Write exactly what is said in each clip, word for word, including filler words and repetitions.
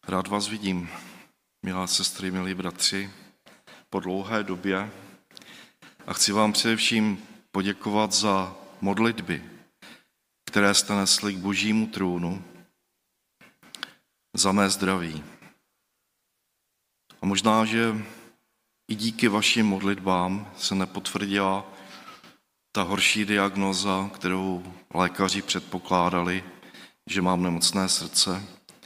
Rád vás vidím, milá sestry, milí bratři, po dlouhé době a chci vám především poděkovat za modlitby, které jste nesli k Božímu trůnu, za mé zdraví. A možná, že i díky vašim modlitbám se nepotvrdila ta horší diagnóza, kterou lékaři předpokládali, že mám nemocné srdce,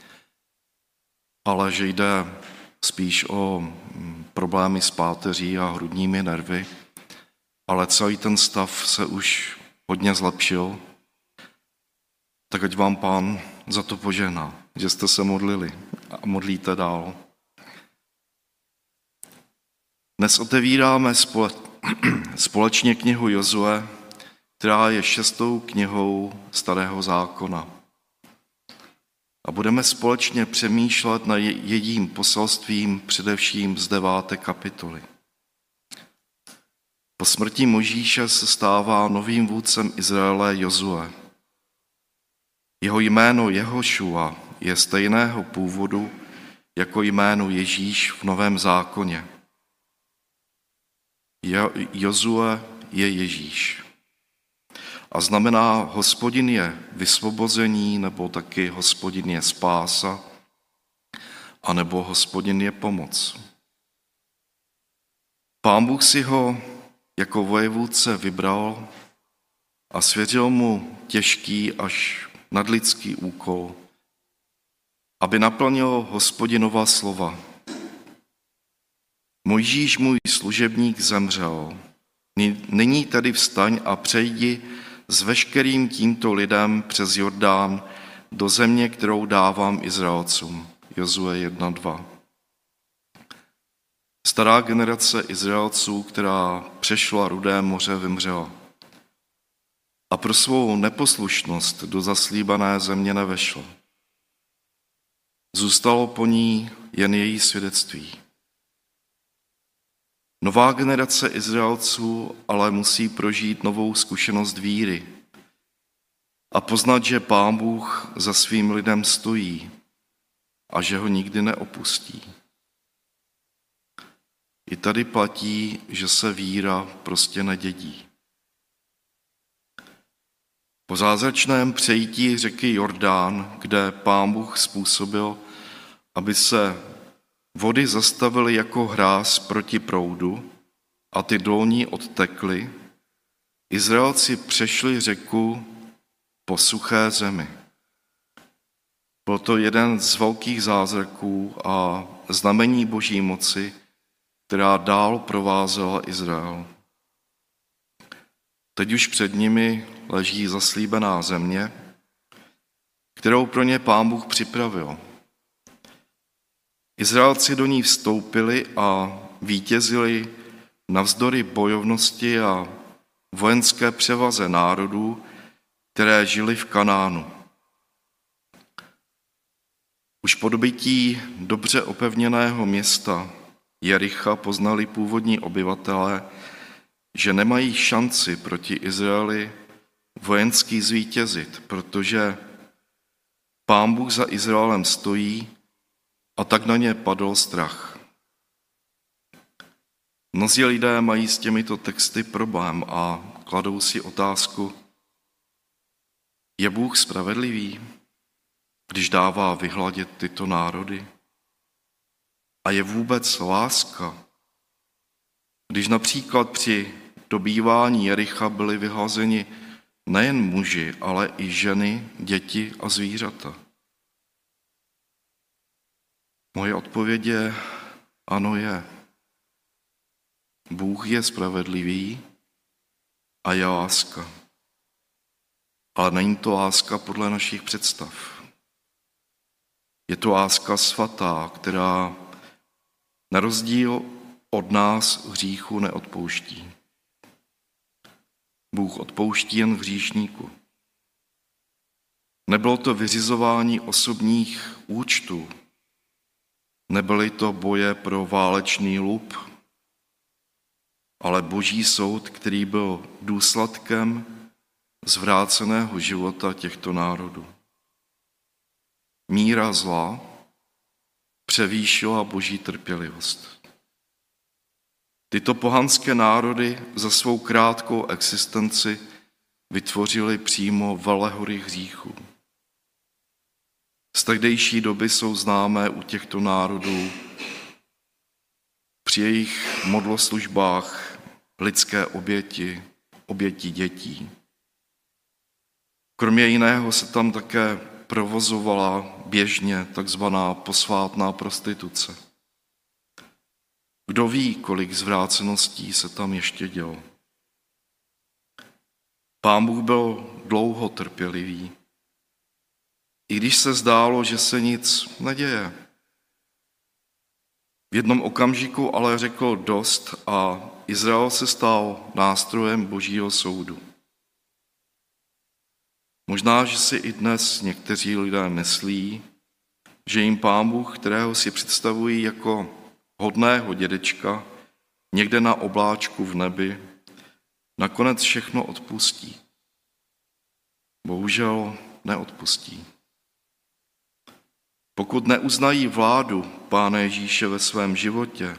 ale že jde spíš o problémy s páteří a hrudními nervy, ale celý ten stav se už hodně zlepšil, tak ať vám Pán za to požehná, že jste se modlili a modlíte dál. Dnes otevíráme společně knihu Jozue, která je šestou knihou Starého zákona. A budeme společně přemýšlet nad jejím poselstvím především z deváté kapitoly. Po smrti Mojžíše se stává novým vůdcem Izraele Jozue. Jeho jméno Jehošua je stejného původu jako jméno Ježíš v Novém zákoně. Jozue je Ježíš. A znamená, Hospodin je vysvobození, nebo taky Hospodin je spása, anebo Hospodin je pomoc. Pán Bůh si ho jako vojevůdce vybral a svěřil mu těžký až nadlidský úkol, aby naplnil Hospodinova slova. Mojžíš, můj služebník, zemřel. Nyní tedy vstaň a přejdi s veškerým tímto lidem přes Jordán do země, kterou dávám Izraelcům. Jozue jedna dva. Stará generace Izraelců, která přešla Rudé moře, vymřela. A pro svou neposlušnost do zaslíbené země nevešla. Zůstalo po ní jen její svědectví. Nová generace Izraelců ale musí prožít novou zkušenost víry a poznat, že Pán Bůh za svým lidem stojí a že ho nikdy neopustí. I tady platí, že se víra prostě nedědí. Po zázračném přejítí řeky Jordán, kde Pán Bůh způsobil, aby se vody zastavily jako hráz proti proudu a ty dolní odtekly, Izraelci přešli řeku po suché zemi. Byl to jeden z velkých zázraků a znamení Boží moci, která dál provázela Izrael. Teď už před nimi leží zaslíbená země, kterou pro ně Pán Bůh připravil. Izraelci do ní vstoupili a vítězili navzdory bojovnosti a vojenské převaze národů, které žili v Kanánu. Už po dobytí dobře opevněného města Jericha poznali původní obyvatelé, že nemají šanci proti Izraeli vojensky zvítězit, protože Pán Bůh za Izraelem stojí a tak na ně padl strach. Mnozí lidé mají s těmito texty problém a kladou si otázku, je Bůh spravedlivý, když dává vyhladit tyto národy? A je vůbec láska, když například při dobývání Jericha byli vyhlazeni nejen muži, ale i ženy, děti a zvířata? Moje odpověď je, ano je. Bůh je spravedlivý a je láska. Ale není to láska podle našich představ. Je to láska svatá, která na rozdíl od nás hříchu neodpouští. Bůh odpouští jen hříšníku. Nebylo to vyřizování osobních účtů, nebyly to boje pro válečný lup, ale Boží soud, který byl důsledkem zvráceného života těchto národů. Míra zla převýšila boží trpělivost. Tyto pohanské národy za svou krátkou existenci vytvořily přímo velehory hříchů. Z tehdejší doby jsou známé u těchto národů při jejich modloslužbách lidské oběti, oběti dětí. Kromě jiného se tam také provozovala běžně takzvaná posvátná prostituce. Kdo ví, kolik zvráceností se tam ještě dělo. Pán Bůh byl dlouho trpělivý, i když se zdálo, že se nic neděje. V jednom okamžiku ale řekl dost a Izrael se stal nástrojem božího soudu. Možná, že si i dnes někteří lidé myslí, že jim Pán Bůh, kterého si představují jako hodného dědečka, někde na obláčku v nebi, nakonec všechno odpustí. Bohužel neodpustí. Pokud neuznají vládu Pána Ježíše ve svém životě,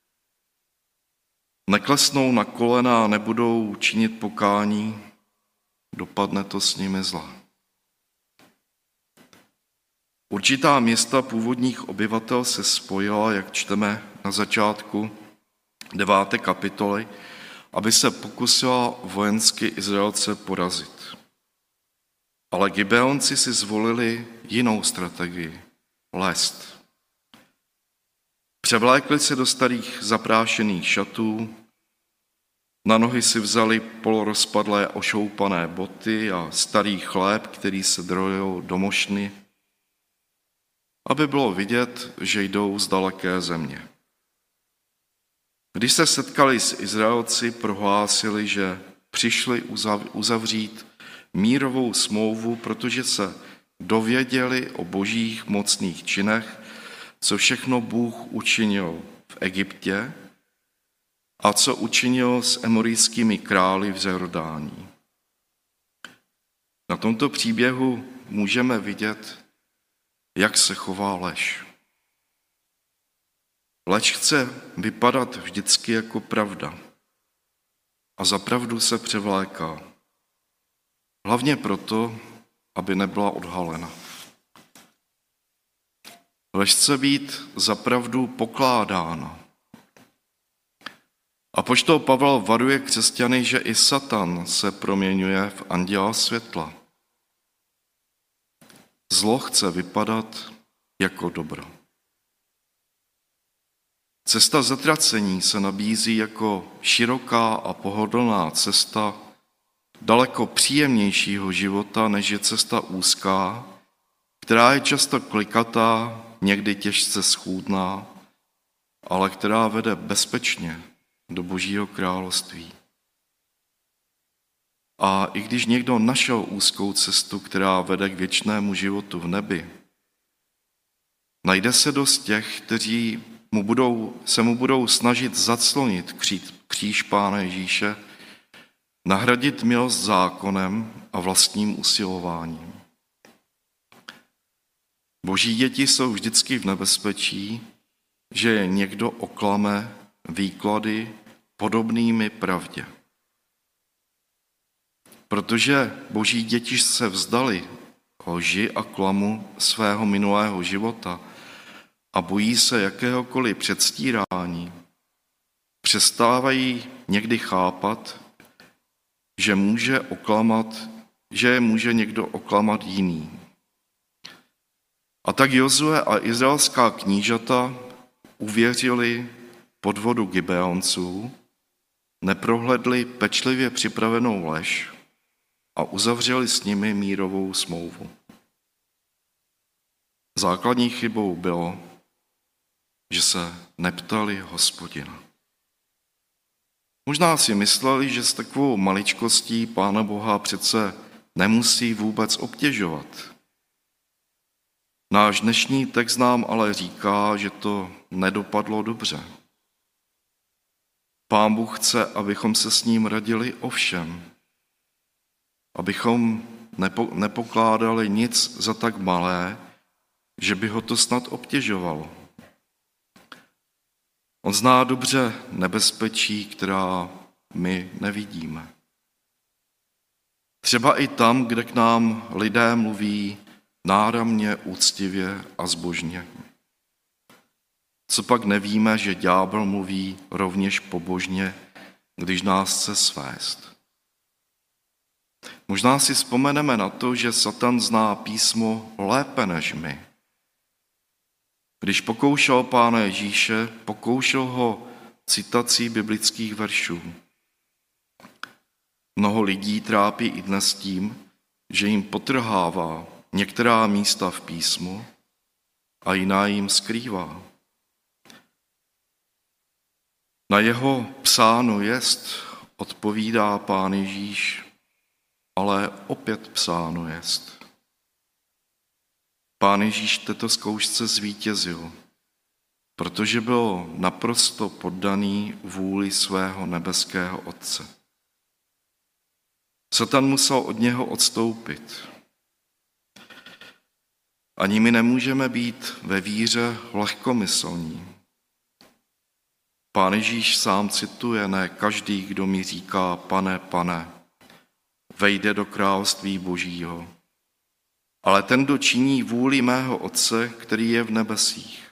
neklesnou na kolena a nebudou činit pokání, dopadne to s nimi zla. Určitá města původních obyvatel se spojila, jak čteme na začátku deváté kapitoly, aby se pokusila vojensky Izraelce porazit. Ale Gibeonci si zvolili jinou strategii – lest. Převlékli se do starých zaprášených šatů, na nohy si vzali polorozpadlé ošoupané boty a starý chléb, který se drojil do mošny, aby bylo vidět, že jdou z daleké země. Když se setkali s Izraelci, prohlásili, že přišli uzavřít mírovou smlouvu, protože se dověděli o božích mocných činech, co všechno Bůh učinil v Egyptě a co učinil s emorijskými králi v Jordánii. Na tomto příběhu můžeme vidět, jak se chová lež. Lež chce vypadat vždycky jako pravda a za pravdu se převléká. Hlavně proto, aby nebyla odhalena. Lež chce být za pravdu pokládána. Apoštol Pavel varuje křesťany, že i Satan se proměňuje v anděla světla. Zlo chce vypadat jako dobro. Cesta zatracení se nabízí jako široká a pohodlná cesta daleko příjemnějšího života, než je cesta úzká, která je často klikatá, někdy těžce schůdná, ale která vede bezpečně do Božího království. A i když někdo našel úzkou cestu, která vede k věčnému životu v nebi, najde se dost těch, kteří mu budou, se mu budou snažit zaclonit kříž, kříž Pána Ježíše, nahradit milost zákonem a vlastním usilováním. Boží děti jsou vždycky v nebezpečí, že je někdo oklame výklady podobnými pravdě. Protože Boží děti se vzdali lži a klamu svého minulého života a bojí se jakéhokoliv předstírání, přestávají někdy chápat, že může oklamat, že je může někdo oklamat jiný. A tak Jozue a izraelská knížata uvěřili podvodu Gibeonců, neprohledli pečlivě připravenou lež a uzavřeli s nimi mírovou smlouvu. Základní chybou bylo, že se neptali Hospodina. Možná si mysleli, že s takovou maličkostí Pána Boha přece nemusí vůbec obtěžovat. Náš dnešní text nám ale říká, že to nedopadlo dobře. Pán Bůh chce, abychom se s ním radili o všem, abychom nepo, nepokládali nic za tak malé, že by ho to snad obtěžovalo. On zná dobře nebezpečí, která my nevidíme. Třeba i tam, kde k nám lidé mluví náramně, úctivě a zbožně. Co pak nevíme, že ďábel mluví rovněž pobožně, když nás chce svést. Možná si vzpomeneme na to, že Satan zná písmo lépe než my. Když pokoušel Pána Ježíše, pokoušel ho citací biblických veršů. Mnoho lidí trápí i dnes tím, že jim potrhává některá místa v písmu a jiná jim skrývá. Na jeho psáno jest, odpovídá Pán Ježíš, ale opět psáno jest. Pán Ježíš této zkoušce zvítězil, protože byl naprosto poddaný vůli svého nebeského Otce. Satan musel od něho odstoupit. Ani my nemůžeme být ve víře lehkomyslní. Pán Ježíš sám cituje, ne každý, kdo mi říká, pane, pane, vejde do království Božího, ale ten, kdo činí vůli mého Otce, který je v nebesích.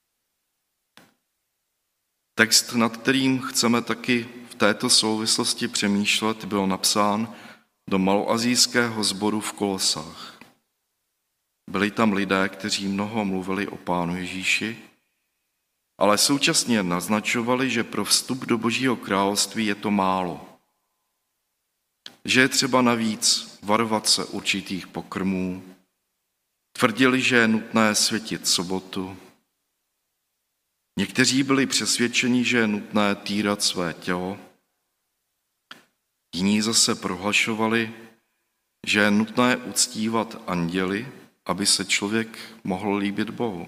Text, nad kterým chceme taky v této souvislosti přemýšlet, byl napsán do maloasijského sboru v Kolosách. Byli tam lidé, kteří mnoho mluvili o Pánu Ježíši, ale současně naznačovali, že pro vstup do Božího království je to málo. Že je třeba navíc varovat se určitých pokrmů. Tvrdili, že je nutné světit sobotu. Někteří byli přesvědčeni, že je nutné týrat své tělo. Jiní zase prohlašovali, že je nutné uctívat anděly, aby se člověk mohl líbit Bohu.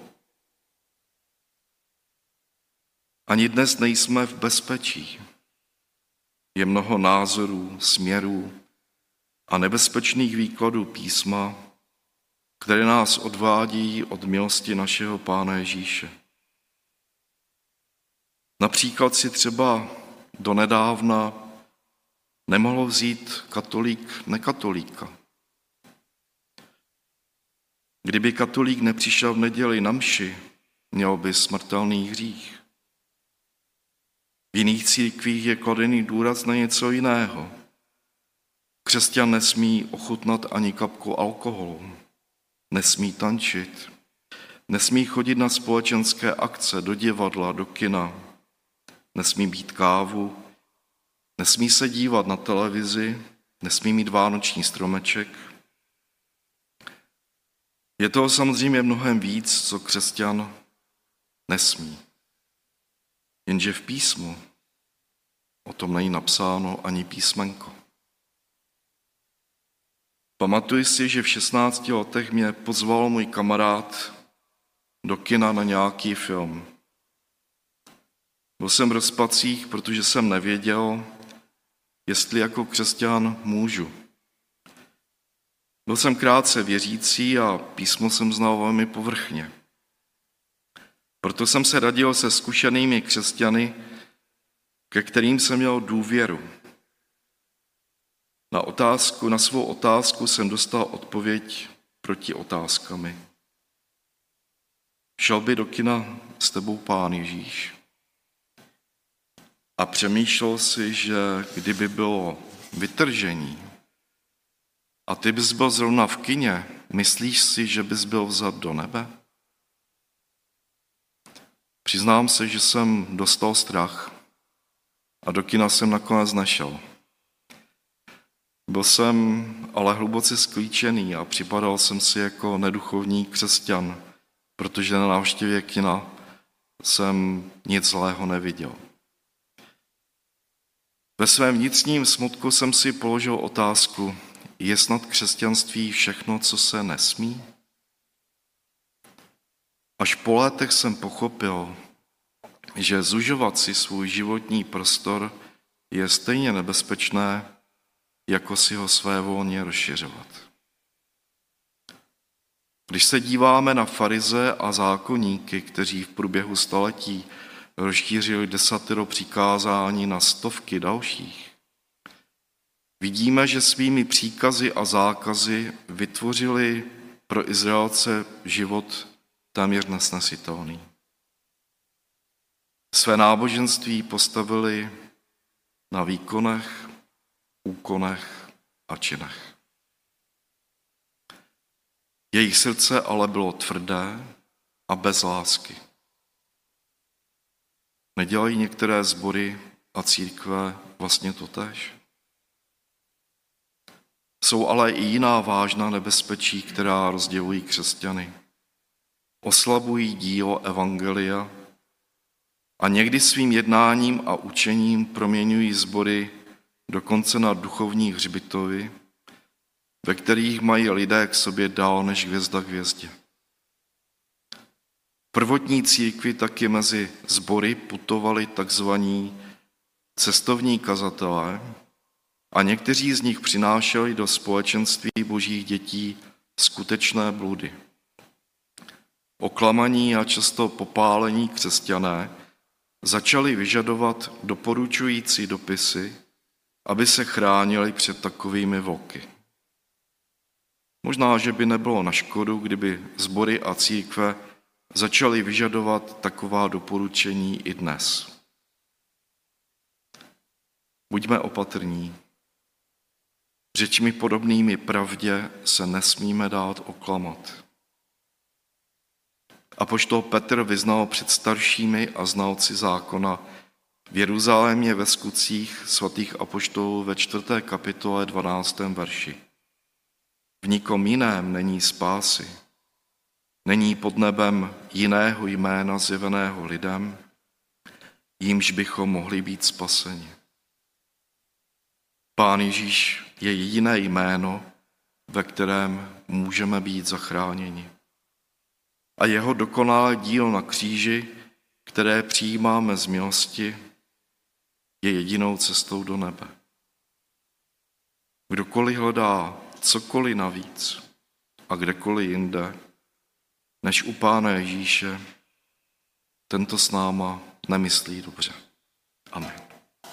Ani dnes nejsme v bezpečí. Je mnoho názorů, směrů a nebezpečných výkladů písma, které nás odvádí od milosti našeho Pána Ježíše. Například si třeba donedávna nemohl vzít katolík nekatolíka. Kdyby katolík nepřišel v neděli na mši, měl by smrtelný hřích. V jiných církvích je kladený důraz na něco jiného. Křesťan nesmí ochutnat ani kapku alkoholu, nesmí tančit, nesmí chodit na společenské akce, do divadla, do kina, nesmí pít kávu, nesmí se dívat na televizi, nesmí mít vánoční stromeček. Je toho samozřejmě mnohem víc, co křesťan nesmí. Jenže v písmu o tom není napsáno ani písmenko. Pamatuji si, že v šestnácti letech mě pozval můj kamarád do kina na nějaký film. Byl jsem v rozpacích, protože jsem nevěděl, jestli jako křesťan můžu. Byl jsem krátce věřící a písmo jsem znal velmi povrchně. Proto jsem se radil se zkušenými křesťany, ke kterým jsem měl důvěru. Na otázku, na svou otázku jsem dostal odpověď proti otázkami. Šel by do kina s tebou Pán Ježíš? A přemýšlel si, že kdyby bylo vytržení a ty bys byl zrovna v kině, myslíš si, že bys byl vzat do nebe? Přiznám se, že jsem dostal strach a do kina jsem nakonec nešel. Byl jsem ale hluboce sklíčený a připadal jsem si jako neduchovní křesťan, protože na návštěvě kina jsem nic zlého neviděl. Ve svém vnitřním smutku jsem si položil otázku, je snad křesťanství všechno, co se nesmí? Až po letech jsem pochopil, že zužovat si svůj životní prostor je stejně nebezpečné, jako si ho svévolně rozšiřovat. Když se díváme na farize a zákonníky, kteří v průběhu století rozšířili desatero přikázání na stovky dalších, vidíme, že svými příkazy a zákazy vytvořili pro Izraelce život téměř nesnesitelný. Své náboženství postavili na výkonech, úkonech a činech. Jejich srdce ale bylo tvrdé a bez lásky. Nedělají některé sbory a církve vlastně totéž? Jsou ale i jiná vážná nebezpečí, která rozdělují křesťany. Oslabují dílo evangelia a někdy svým jednáním a učením proměňují sbory dokonce na duchovní hřbitovy, ve kterých mají lidé k sobě dál než hvězda k hvězdě. V prvotní církvi taky mezi sbory putovali takzvaní cestovní kazatelé a někteří z nich přinášeli do společenství božích dětí skutečné bludy. Oklamaní a často popálení křesťané začali vyžadovat doporučující dopisy, aby se chránili před takovými vlky. Možná, že by nebylo na škodu, kdyby sbory a církve začaly vyžadovat taková doporučení i dnes. Buďme opatrní. Řečmi podobnými pravdě se nesmíme dát oklamat. Apoštol Petr vyznal před staršími a znalci zákona v Jeruzalémě ve skutcích svatých apoštolů ve čtvrté kapitole dvanáctém verši. V nikom jiném není spásy. Není pod nebem jiného jména zjeveného lidem, jímž bychom mohli být spaseni. Pán Ježíš je jediné jméno, ve kterém můžeme být zachráněni. A jeho dokonalé dílo na kříži, které přijímáme z milosti, je jedinou cestou do nebe. Kdokoliv hledá cokoliv navíc a kdekoliv jinde, než u Pána Ježíše, tento s náma nemyslí dobře. Amen.